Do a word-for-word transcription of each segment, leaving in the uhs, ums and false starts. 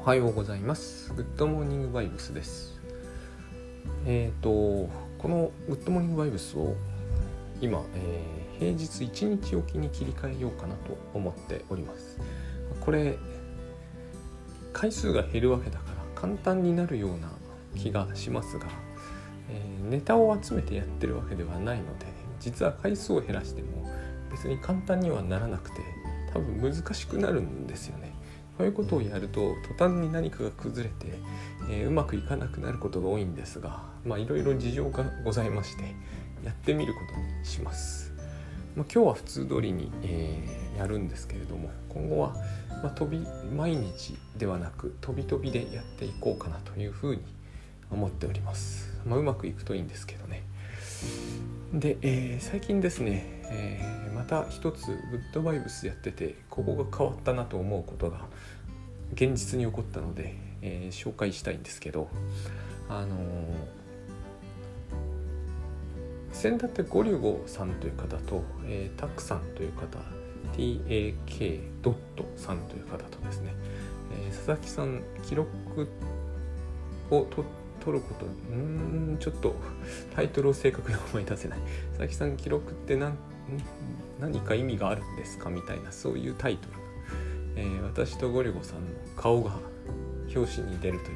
おはようございます。グッドモーニングバイブスです。えっ、ー、とこのグッドモーニングバイブスを今、えー、平日いちにちおきに切り替えようかなと思っております。これ回数が減るわけだから簡単になるような気がしますが、えー、ネタを集めてやってるわけではないので、実は回数を減らしても別に簡単にはならなくて、多分難しくなるんですよね。こういうことをやると途端に何かが崩れて、えー、うまくいかなくなることが多いんですが、まあいろいろ事情がございましてやってみることにします。まあ、今日は普通通りに、えー、やるんですけれども、今後は、まあ、飛び毎日ではなく飛び飛びでやっていこうかなというふうに思っております。まあ、うまくいくといいんですけどね。で、えー、最近ですね、えー、また一つグッドバイブスやってて、ここが変わったなと思うことが現実に起こったので、えー、紹介したいんですけど、あのー、先だってゴリュゴさんという方と、えー、タクさんという方、 ティーエーケー ドットさんという方とですね、えー、佐々木さん記録をと取ること、うーんちょっとタイトルを正確に思い出せない。佐々木さん記録って何何か意味があるんですかみたいな、そういうタイトル、えー、私とゴリュゴさんの顔が表紙に出るという、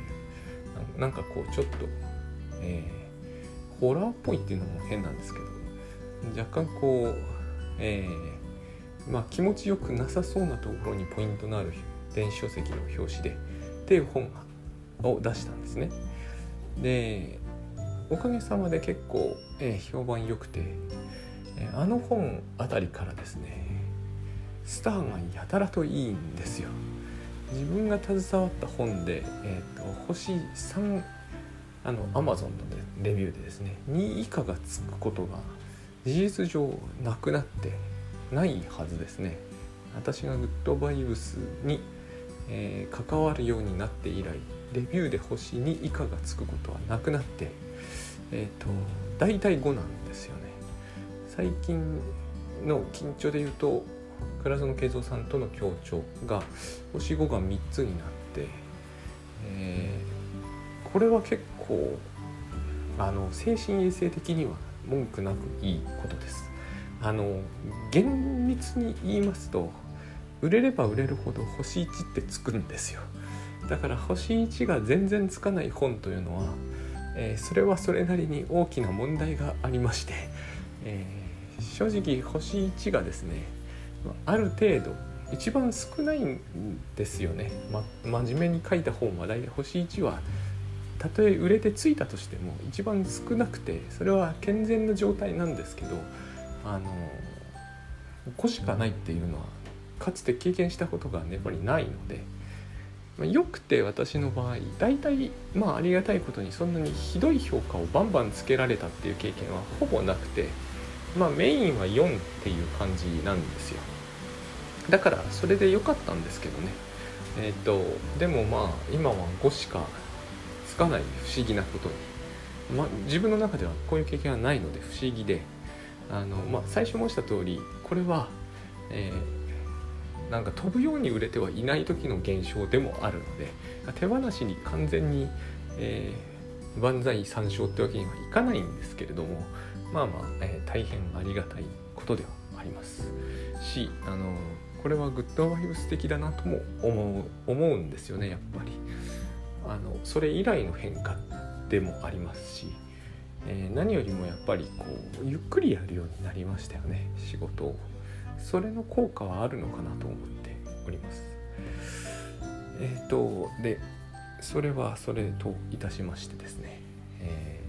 なんかこうちょっと、えー、ホラーっぽいっていうのも変なんですけど、若干こう、えー、まあ気持ちよくなさそうなところにポイントのある電子書籍の表紙でっていう本を出したんですね。で、おかげさまで結構、えー、評判良くて、えー、あの本あたりからですね、スターがやたらといいんですよ。自分が携わった本で、えー、と星さん、あの Amazon のレビューでですね、にい以下がつくことが事実上なくなってないはずですね。私がグッドバイブスに、えー、関わるようになって以来、レビューで星に以下がつくことはなくなって、えーとだいたいごなんですよね。最近の緊張で言うと、倉園慶三さんとの協調が星ごがみっつになって、えー、これは結構あの精神衛生的には文句なくいいことです。あの厳密に言いますと、売れれば売れるほど星いちってつくんですよ。だから星いちが全然つかない本というのは、えー、それはそれなりに大きな問題がありまして、えー、正直星いちがですね、ある程度一番少ないんですよね。ま、真面目に書いた本は大体星いちはたとえ売れてついたとしても一番少なくて、それは健全な状態なんですけど、あのごしかないっていうのはかつて経験したことが、ね、やっぱりないので、まあ、よくて私の場合大体、まあ、ありがたいことにそんなにひどい評価をバンバンつけられたっていう経験はほぼなくて、まあ、メインはよんっていう感じなんですよ。だからそれで良かったんですけどね。えっとでもまあ今はごしかつかない、不思議なことに、まあ、自分の中ではこういう経験はないので不思議で、あの、まあ、最初申した通り、これは、えー、なんか飛ぶように売れてはいない時の現象でもあるので、手放しに完全に、えー、万歳三唱ってわけにはいかないんですけれども、まあまあ、えー、大変ありがたいことではありますし、あのこれはグッドバイブス的だなとも思う、思うんですよね。やっぱりあのそれ以来の変化でもありますし、えー、何よりもやっぱりこうゆっくりやるようになりましたよね、仕事を。それの効果はあるのかなと思っております。えっとでそれはそれといたしましてですね、え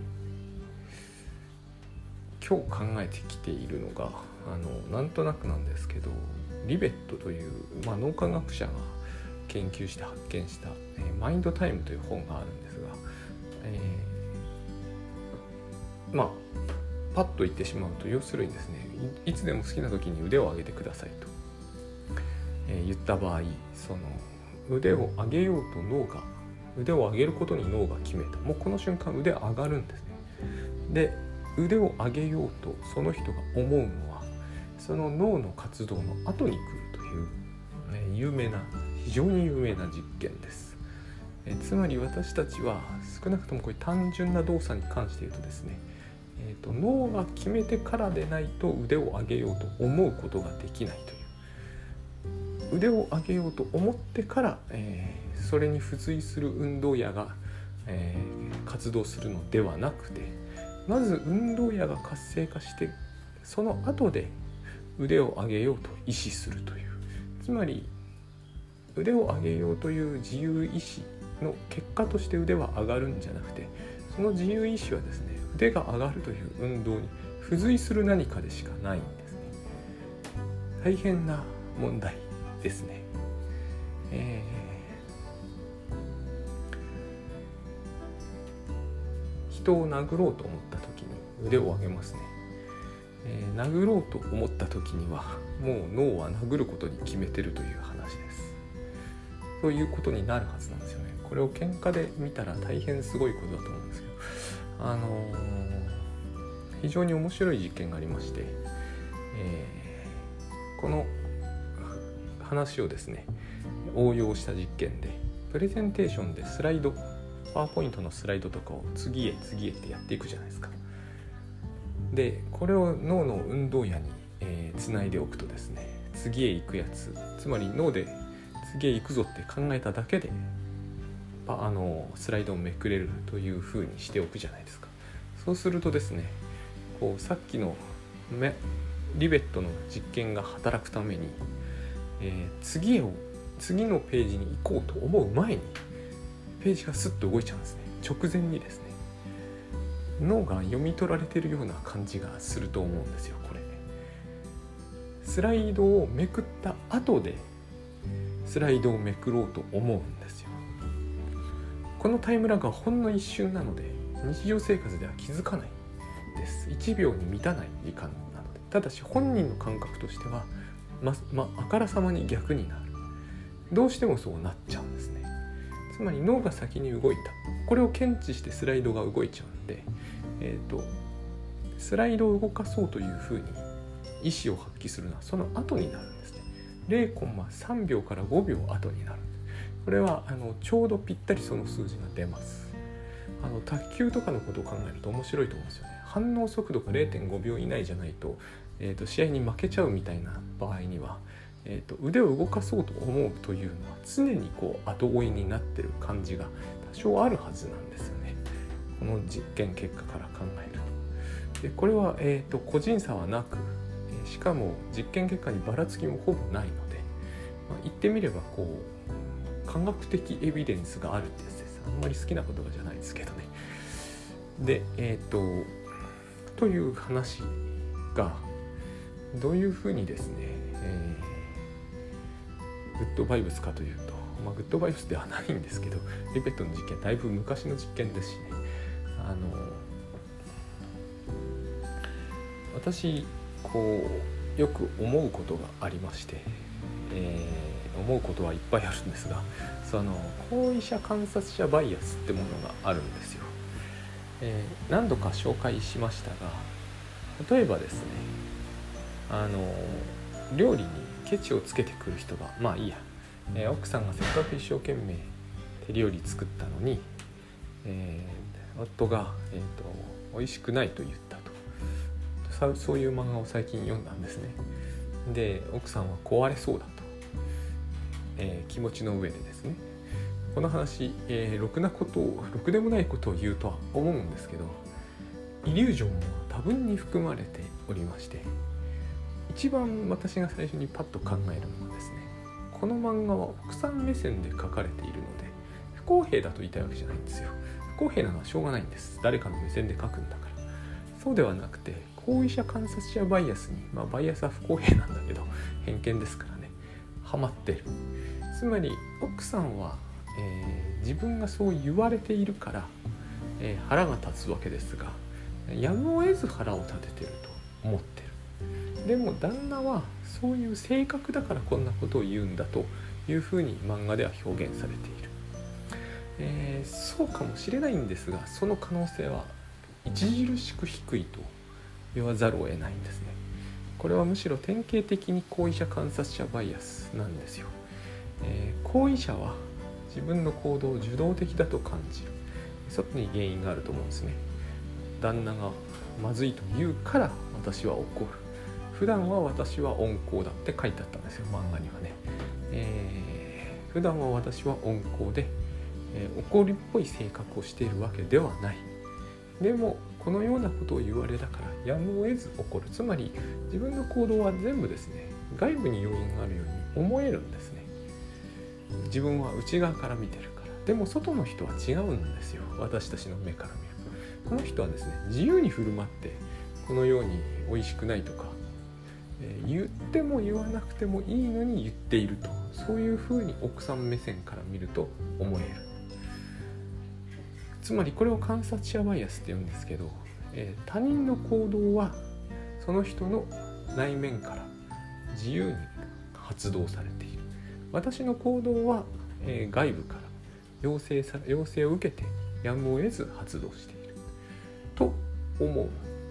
ー、今日考えてきているのが、あのなんとなくなんですけど、リベットという、まあ、脳科学者が研究して発見した、えー、マインドタイムという本があるんですが、えー、まあパッと言ってしまうと、要するにですね、い, いつでも好きな時に腕を上げてくださいと、えー、言った場合、その腕を上げようと脳が腕を上げることに脳が決めた、もうこの瞬間腕上がるんですね。で、腕を上げようとその人が思うのは、その脳の活動の後に来るという、ね、有名な非常に有名な実験です。 えつまり私たちは少なくともこういう単純な動作に関して言うとですね、えーと、脳が決めてからでないと腕を上げようと思うことができないという、腕を上げようと思ってから、えー、それに付随する運動野が、えー、活動するのではなくて、まず運動野が活性化してその後で腕を上げようと意識するという、つまり腕を上げようという自由意志の結果として腕は上がるんじゃなくて、その自由意志はですね、腕が上がるという運動に付随する何かでしかないんですね。大変な問題ですね。えー、人を殴ろうと思った時に腕を上げますね。えー、殴ろうと思った時にはもう脳は殴ることに決めてるという話です。ということになるはずなんですよね。これを喧嘩で見たら大変すごいことだと思うんですけど、あのー、非常に面白い実験がありまして、えー、この話をですね応用した実験で、プレゼンテーションでスライド、パワーポイントのスライドとかを次へ次へってやっていくじゃないですか。でこれを脳の運動野に、えー、つないでおくとですね、次へ行くやつ、つまり脳で次へ行くぞって考えただけであのスライドをめくれるという風にしておくじゃないですか。そうするとですね、こうさっきのメリベットの実験が働くために、えー、次へ次のページに行こうと思う前にページがスッと動いちゃうんですね。直前にですね、脳が読み取られているような感じがすると思うんですよ。これスライドをめくった後でスライドをめくろうと思うんですよ。このタイムラグはほんの一瞬なので日常生活では気づかないです。いちびょうに満たない時間なので。ただし本人の感覚としてはま、まあからさまに逆になる。どうしてもそうなっちゃうんですね。つまり脳が先に動いた、これを検知してスライドが動いちゃうんで、えーと、スライドを動かそうというふうに意思を発揮するのはその後になるんですね。ゼロコンマさんびょうからごびょう後になる。これはあのちょうどぴったりその数字が出ます。あの卓球とかのことを考えると面白いと思うんですよね。反応速度が れいてんごびょう以内じゃないと、えーと試合に負けちゃうみたいな場合には、えーと腕を動かそうと思うというのは常にこう後追いになってる感じが多少あるはずなんですよね。この実験結果から考えると。でこれは、えーと個人差はなく、えー、しかも実験結果にばらつきもほぼないので、まあ、言ってみればこう科学的エビデンスがあるってやつです。あんまり好きな言葉じゃないですけどね。で、えっ、ー、とという話がどういうふうにですね、えー、グッドバイブスかというと、まあ、グッドバイブスではないんですけど、リベットの実験だいぶ昔の実験ですしね。あの私こうよく思うことがありまして、えー、思うことはいっぱいあるんですが、その行為者観察者バイアスってものがあるんですよ。えー、何度か紹介しましたが、例えばですね、あの料理にケチをつけてくる人が、まあいいや、えー、奥さんがせっかく一生懸命手料理作ったのに、えー、夫が、えーと、美味しくないと言ったと、そういう漫画を最近読んだんですね。で、奥さんは壊れそうだと、えー、気持ちの上でですね、この話、えー、ろくなことをろくでもないことを言うとは思うんですけど、イリュージョンも多分に含まれておりまして、一番私が最初にパッと考えるのはですね、この漫画は奥さん目線で書かれているので不公平だと言いたいわけじゃないんですよ。不公平なのはしょうがないんです。誰かの目線で書くんだから。そうではなくて、行為者観察者バイアスに、まあバイアスは不公平なんだけど偏見ですからね、ハマってる。つまり奥さんは、えー、自分がそう言われているから、えー、腹が立つわけですが、やむを得ず腹を立ててると思ってる。でも旦那はそういう性格だからこんなことを言うんだというふうに漫画では表現されている。えー、そうかもしれないんですが、その可能性は著しく低いと言わざるを得ないんですね。これはむしろ典型的に行為者観察者バイアスなんですよ。えー、行為者は自分の行動を受動的だと感じる。そこに原因があると思うんですね。旦那がまずいと言うから私は怒る。普段は私は温厚だって書いてあったんですよ、漫画にはね。えー、普段は私は温厚で、えー、怒りっぽい性格をしているわけではない。でもこのようなことを言われたからやむを得ず怒る。つまり自分の行動は全部ですね、外部に要因があるように思えるんですね。自分は内側から見てるから。でも外の人は違うんですよ、私たちの目から見ると。この人はですね、自由に振る舞ってこのように美味しくないとか、えー、言っても言わなくてもいいのに言っていると、そういうふうに奥さん目線から見ると思える。つまりこれを観察者バイアスって言うんですけど、えー、他人の行動はその人の内面から自由に発動されている。私の行動は、えー、外部から要請さ要請を受けてやむを得ず発動していると思う。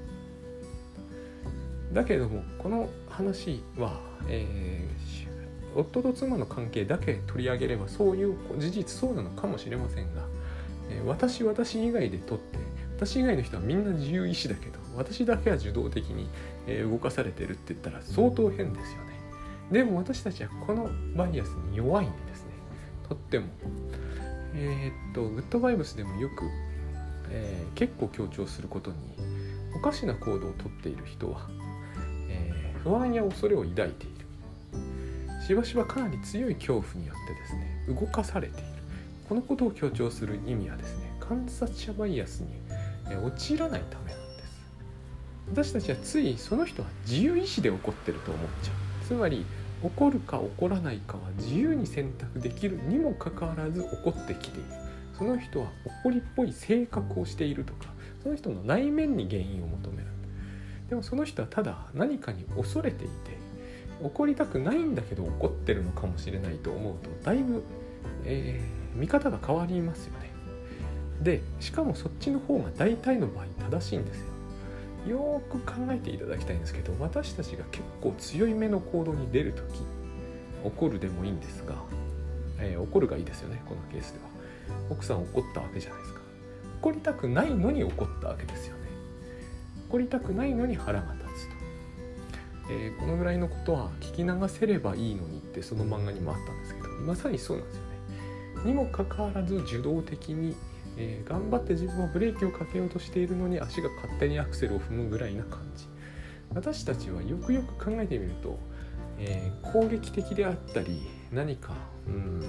だけどもこの話は、えー、夫と妻の関係だけ取り上げればそういう事実そうなのかもしれませんが、えー、私私以外でとって私以外の人はみんな自由意志だけど私だけは受動的に、えー、動かされてるって言ったら相当変ですよね。でも私たちはこのバイアスに弱いんですね、とっても。えー、っとグッドバイブスでもよく、えー、結構強調することに、おかしな行動をとっている人は、えー、不安や恐れを抱いている。しばしばかなり強い恐怖によってですね動かされている。このことを強調する意味はですね、観察者バイアスに、えー、陥らないためなんです。私たちはついその人は自由意志で怒ってると思っちゃう。つまり怒るか怒らないかは自由に選択できるにもかかわらず怒ってきている。その人は怒りっぽい性格をしているとか、その人の内面に原因を求める。でもその人はただ何かに恐れていて、怒りたくないんだけど怒ってるのかもしれないと思うと、だいぶ、えー、見方が変わりますよね。でしかもそっちの方が大体の場合正しいんですよ。よーく考えていただきたいんですけど、私たちが結構強いめの行動に出るとき、怒るでもいいんですが、えー、怒るがいいですよね。このケースでは奥さん怒ったわけじゃないですか。怒りたくないのに怒ったわけですよね。怒りたくないのに腹が立つと、えー、このぐらいのことは聞き流せればいいのにってその漫画にもあったんですけど、まさにそうなんですよね。にもかかわらず受動的にえー、頑張って自分はブレーキをかけようとしているのに足が勝手にアクセルを踏むぐらいな感じ。私たちはよくよく考えてみると、えー、攻撃的であったり何か、うん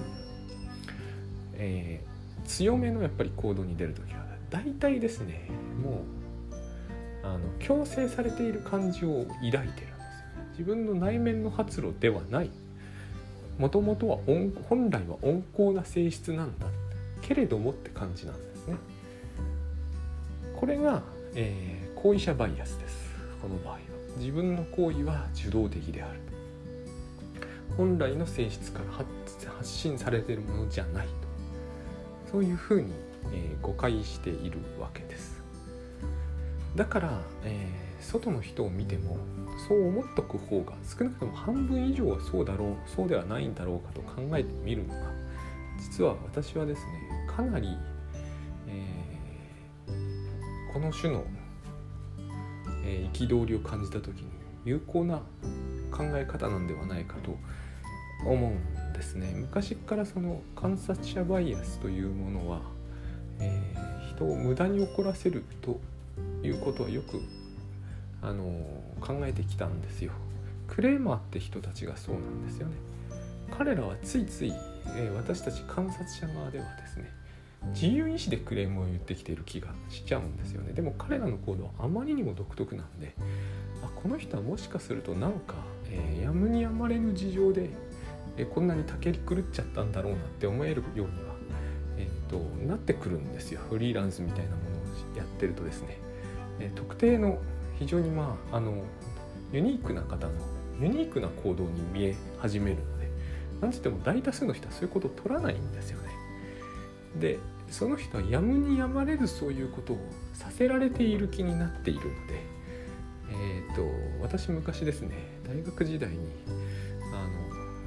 えー、強めのやっぱり行動に出るときは大体ですね、もうあの強制されている感じを抱いてるんですよ。自分の内面の発露ではない。もともとは温本来は温厚な性質なんだけれどもって感じなんですね。これが、えー、行為者バイアスです。この場合は自分の行為は受動的である、本来の性質から発信されているものじゃないと、そういうふうに、えー、誤解しているわけです。だから、えー、外の人を見てもそう思っとく方が、少なくとも半分以上はそうだろうそうではないんだろうかと考えてみるのが、実は私はですね、かなり、えー、この種のえー、憤りを感じた時に有効な考え方なんではないかと思うんですね。昔からその観察者バイアスというものは、えー、人を無駄に怒らせるということはよく、あのー、考えてきたんですよ。クレーマーって人たちがそうなんですよね。彼らはついつい、えー、私たち観察者側ではですね、自由意志でクレームを言ってきている気がしちゃうんですよね。でも彼らの行動はあまりにも独特なんで、あ、この人はもしかするとなんか、えー、やむにやまれぬ事情で、えー、こんなにたけり狂っちゃったんだろうなって思えるようには、えー、となってくるんですよ。フリーランスみたいなものをやってるとですね、えー、特定の非常にまああのユニークな方のユニークな行動に見え始めるので、なんつっても大多数の人はそういうことを取らないんですよね。でその人はやむにやまれずそういうことをさせられている気になっているので、えー、と私昔ですね、大学時代にあの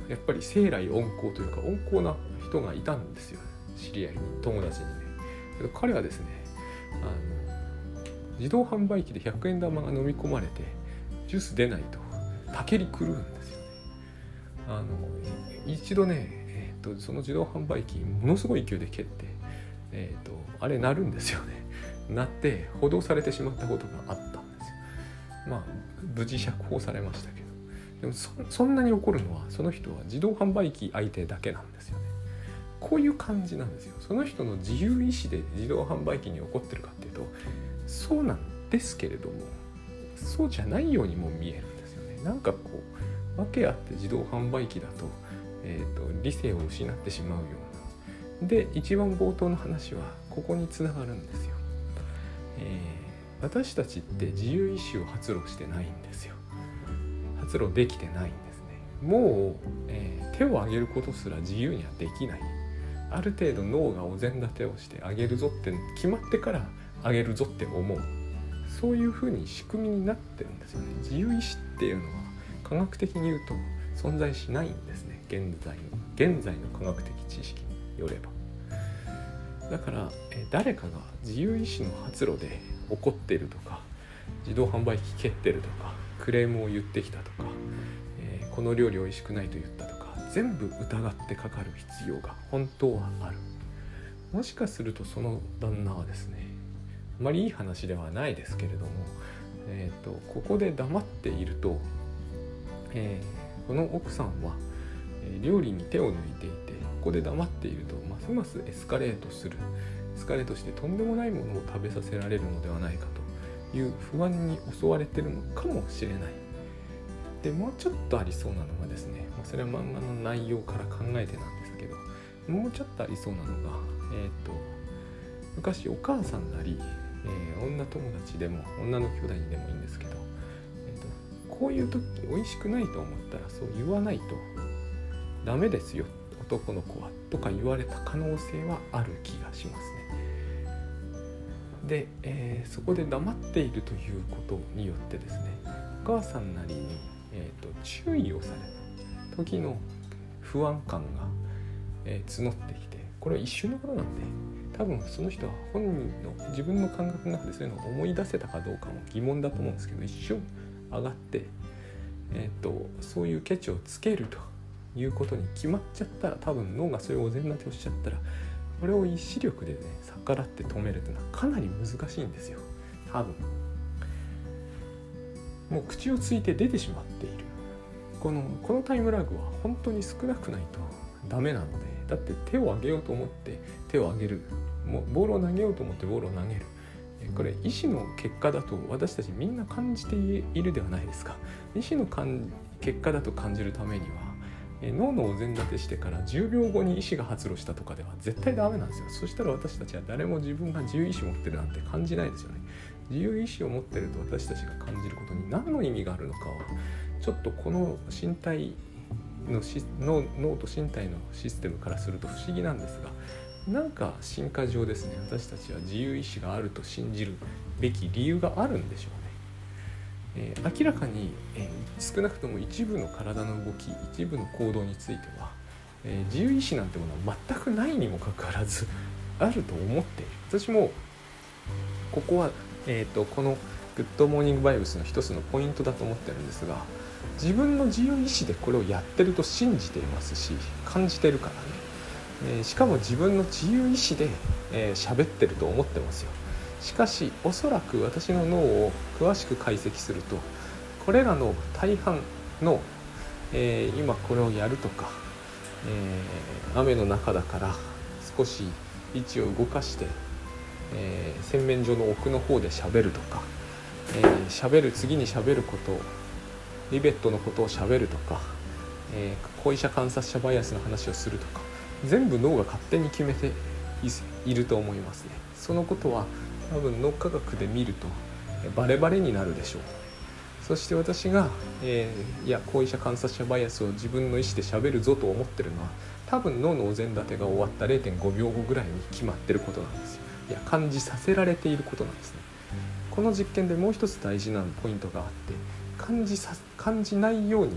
やっぱり生来温厚というか温厚な人がいたんですよ、知り合いに、友達にね。けど彼はですね、あの自動販売機でひゃくえん玉が飲み込まれてジュース出ないとたけり狂うんですよね。あの一度ね、えー、とその自動販売機ものすごい勢いで蹴って、えー、とあれ鳴るんですよね。鳴って補導されてしまったことがあったんですよ。まあ無事釈放されましたけど、でも そ, そんなに怒るのはその人は自動販売機相手だけなんですよね。こういう感じなんですよ。その人の自由意志で自動販売機に怒ってるかっていうとそうなんですけれども、そうじゃないようにも見えるんですよね。なんかこう訳あって自動販売機だと、えーと理性を失ってしまうような。で一番冒頭の話はここにつながるんですよ。えー私たちって自由意志を発露してないんですよ。発露できてないんですね。もう、えー、手を挙げることすら自由にはできない。ある程度脳がお膳立てをして挙げるぞって決まってから挙げるぞって思う。そういうふうに仕組みになってるんですよね。自由意志っていうのは科学的に言うと存在しないんですね。現在の現在の科学的知識によれば。だから、えー、誰かが自由意志の発露で怒っているとか、自動販売機蹴ってるとか、クレームを言ってきたとか、えー、この料理おいしくないと言ったとか、全部疑ってかかる必要が本当はある。もしかするとその旦那はですね、あまりいい話ではないですけれども、えーと、ここで黙っていると、えー、この奥さんは、えー、料理に手を抜いていて、ここで黙っているとますますエスカレートする。エスカレートしてとんでもないものを食べさせられるのではないかという不安に襲われているのかもしれない。でもうちょっとありそうなのがですね、まあ、それは漫画の内容から考えてなんですけど、もうちょっとありそうなのが、えーと、昔お母さんなり、えー、女友達でも女の兄弟にでもいいんですけど、えーと、こういう時美味しくないと思ったらそう言わないとダメですよ、男の子はとか言われた可能性はある気がしますね。で、えー、そこで黙っているということによってですね、お母さんなりに、えーと、注意をされた時の不安感が、えー、募ってきて、これは一瞬のことなんで、多分その人は本人の自分の感覚の中でそういうのを思い出せたかどうかも疑問だと思うんですけど、一瞬上がって、えーと、そういうケチをつけるということに決まっちゃったら、多分脳がそれをお膳立てをしちゃったら、これを意志力でね逆らって止めるというのはかなり難しいんですよ。多分もう口をついて出てしまっている。このこのタイムラグは本当に少なくないとダメなので、だって手を挙げようと思って手を挙げる、もうボールを投げようと思ってボールを投げる、これ意思の結果だと私たちみんな感じているではないですか。意思の結果だと感じるためには、脳のお膳立てしてからじゅうびょうごに意思が発露したとかでは絶対ダメなんですよ。そしたら私たちは誰も自分が自由意志を持ってるなんて感じないですよね。自由意志を持ってると私たちが感じることに何の意味があるのかは、ちょっとこの身体の脳、脳と身体のシステムからすると不思議なんですが、なんか進化上ですね、私たちは自由意志があると信じるべき理由があるんでしょうね。えー、明らかに、えー、少なくとも一部の体の動き、一部の行動については、えー、自由意志なんてものは全くないにもかかわらずあると思っている。私もここは、えーと、このグッドモーニングバイブスの一つのポイントだと思ってるんですが、自分の自由意志でこれをやってると信じていますし、感じてるからね、えー、しかも自分の自由意志で、えー、喋ってると思ってますよ。しかしおそらく私の脳を詳しく解析すると、これらの大半の、えー、今これをやるとか、えー、雨の中だから少し位置を動かして、えー、洗面所の奥の方で喋るとか、えー、喋る次に喋ることをリベットのことを喋るとか、えー、行為者観察者バイアスの話をするとか、全部脳が勝手に決めて い, いると思いますね。そのことは多分脳科学で見るとバレバレになるでしょう。そして私が、えー、いや行為者観察者バイアスを自分の意思で喋るぞと思ってるのは、多分脳のお膳立てが終わった れいてんごびょうごぐらいに決まってることなんですよ。いや感じさせられていることなんですね。この実験でもう一つ大事なポイントがあって、感じさ感じないように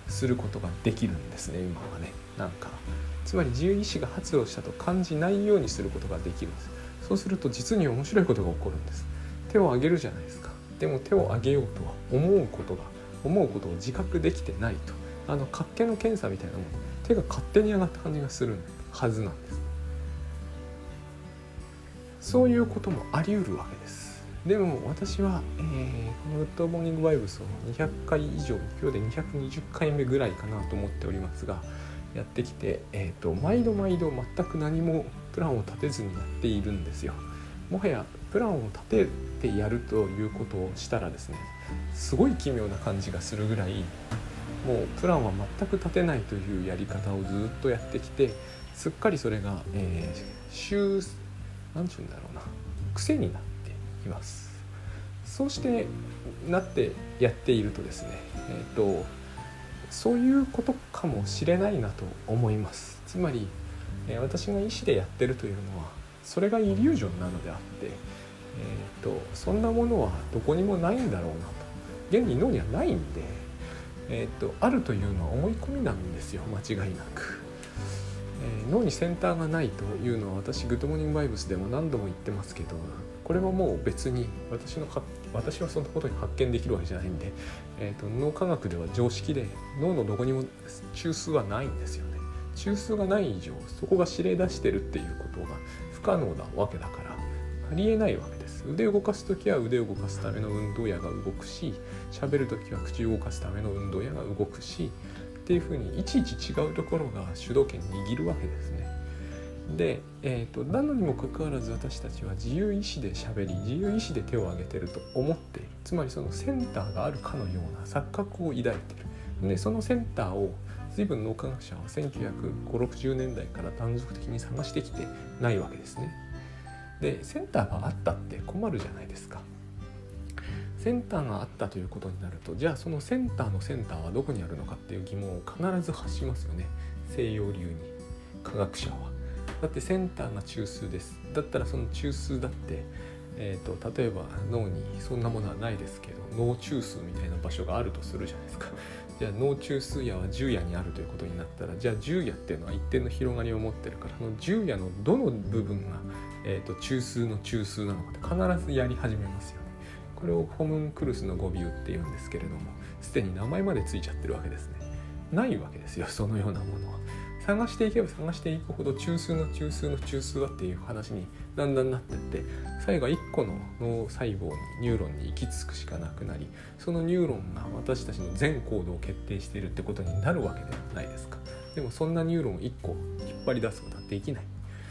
することができるんですね。今はね、なんかつまり自由意志が発動したと感じないようにすることができるんです。そうすると実に面白いことが起こるんです。手を挙げるじゃないですか。でも手を挙げようとは思うことが思うことを自覚できてないと、あの活気の検査みたいなもの、手が勝手に上がった感じがするはずなんです。そういうこともあり得るわけです。でも私は、えー、このグッドモーニングバイブスをにひゃっかい以上、今日でにひゃくにじゅっかいめぐらいかなと思っておりますが、やってきて、えーと、毎度毎度全く何もプランを立てずにやっているんですよ。もはやプランを立ててやるということをしたらですね、すごい奇妙な感じがするぐらい、もうプランは全く立てないというやり方をずっとやってきて、すっかりそれが、えー、週なんていうんだろうな癖になっています。そうしてなってやっているとですね、えーと、そういうことかもしれないなと思います。つまり、えー、私が意思でやってるというのはそれがイリュージョンなのであって、えーと、そんなものはどこにもないんだろうなと、現に脳にはないんで、えーと、あるというのは思い込みなんですよ、間違いなく。えー、脳にセンターがないというのは私グッドモーニングバイブスでも何度も言ってますけど、これはもう別に私の私はそんなことに発見できるわけじゃないんで、えーと、脳科学では常識で、脳のどこにも中枢はないんですよね。中枢がない以上、そこが指令出してるっていうことが不可能なわけだから、ありえないわけです。腕を動かすときは腕を動かすための運動野が動くし、喋るときは口を動かすための運動野が動くしっていうふうに、いちいち違うところが主導権握るわけですね。で、えーと、なのにもかかわらず私たちは自由意志で喋り、自由意志で手を挙げてると思っている。つまりそのセンターがあるかのような錯覚を抱いている。で、そのセンターを随分脳科学者はせんきゅうひゃくごじゅう、ろくじゅうねんだいから断続的に探してきてないわけですね。で、センターがあったって困るじゃないですか。センターがあったということになると、じゃあそのセンターのセンターはどこにあるのかっていう疑問を必ず発しますよね、西洋流に科学者は。だってセンターが中枢です。だったらその中枢だって、えーと、例えば脳にそんなものはないですけど、脳中枢みたいな場所があるとするじゃないですか。じゃあ脳中枢野は十野にあるということになったら、じゃあ十野っていうのは一定の広がりを持ってるから、その十野のどの部分が、えーと、中枢の中枢なのかって必ずやり始めますよね。これをホムンクルスの語尾っていうんですけれども、すでに名前までついちゃってるわけですね。ないわけですよ、そのようなものは。探していけば探していくほど中枢の中枢の中枢はっていう話にだんだんなってって、最後はいっこの脳細胞にニューロンに行き着くしかなくなり、そのニューロンが私たちの全行動を決定しているってことになるわけではないですか。でもそんなニューロンをいっこ引っ張り出すことはできない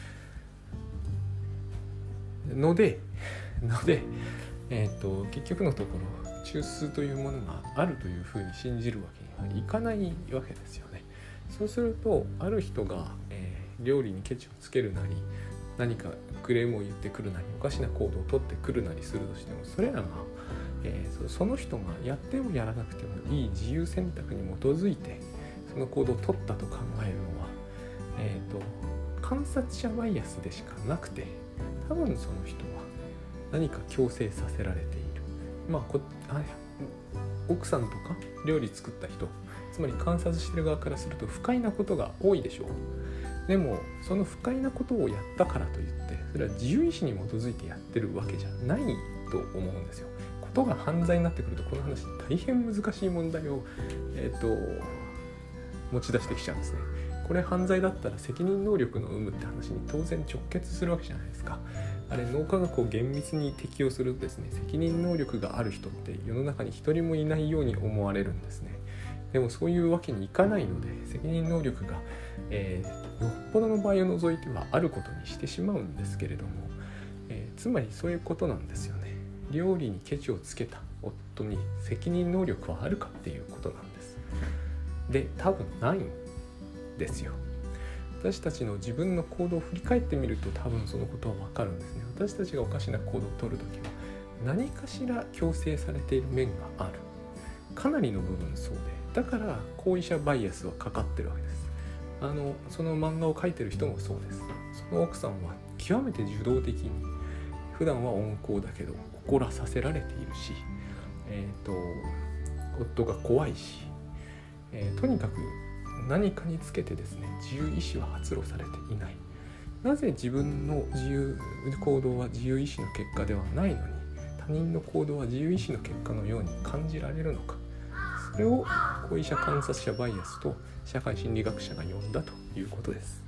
のでので、えーと、結局のところ中枢というものがあるというふうに信じるわけにはいかないわけですよね。そうすると、ある人が、えー、料理にケチをつけるなり、何かクレームを言ってくるなり、おかしな行動を取ってくるなりするとしても、それらが、えー、その人がやってもやらなくてもいい自由選択に基づいてその行動を取ったと考えるのは、えーと、観察者バイアスでしかなくて、多分その人は何か強制させられている。まあ、こあ奥さんとか料理作った人、つまり観察している側からすると不快なことが多いでしょう。でもその不快なことをやったからといってそれは自由意志に基づいてやってるわけじゃないと思うんですよ。ことが犯罪になってくると、この話大変難しい問題を、えー、と持ち出してきちゃうんですね。これ犯罪だったら責任能力の有無って話に当然直結するわけじゃないですか。あれ、脳科学を厳密に適用するとですね、責任能力がある人って世の中に一人もいないように思われるんですね。でもそういうわけにいかないので、責任能力が、えー、よっぽどの場合を除いてはあることにしてしまうんですけれども、えー、つまりそういうことなんですよね。料理にケチをつけた夫に責任能力はあるかっていうことなんです。で、多分ないんですよ。私たちの自分の行動を振り返ってみると多分そのことは分かるんですね。私たちがおかしな行動を取るときは何かしら強制されている面がある。かなりの部分そうで、だから行為者バイアスはかかってるわけです。あのその漫画を描いてる人もそうです。その奥さんは極めて受動的に、普段は温厚だけど怒らさせられているし、えーと、夫が怖いし、 えー、とにかく何かにつけてですね、自由意志は発露されていない。なぜ自分の自由行動は自由意志の結果ではないのに、他人の行動は自由意志の結果のように感じられるのか。それを行為者観察者バイアスと社会心理学者が呼んだということです。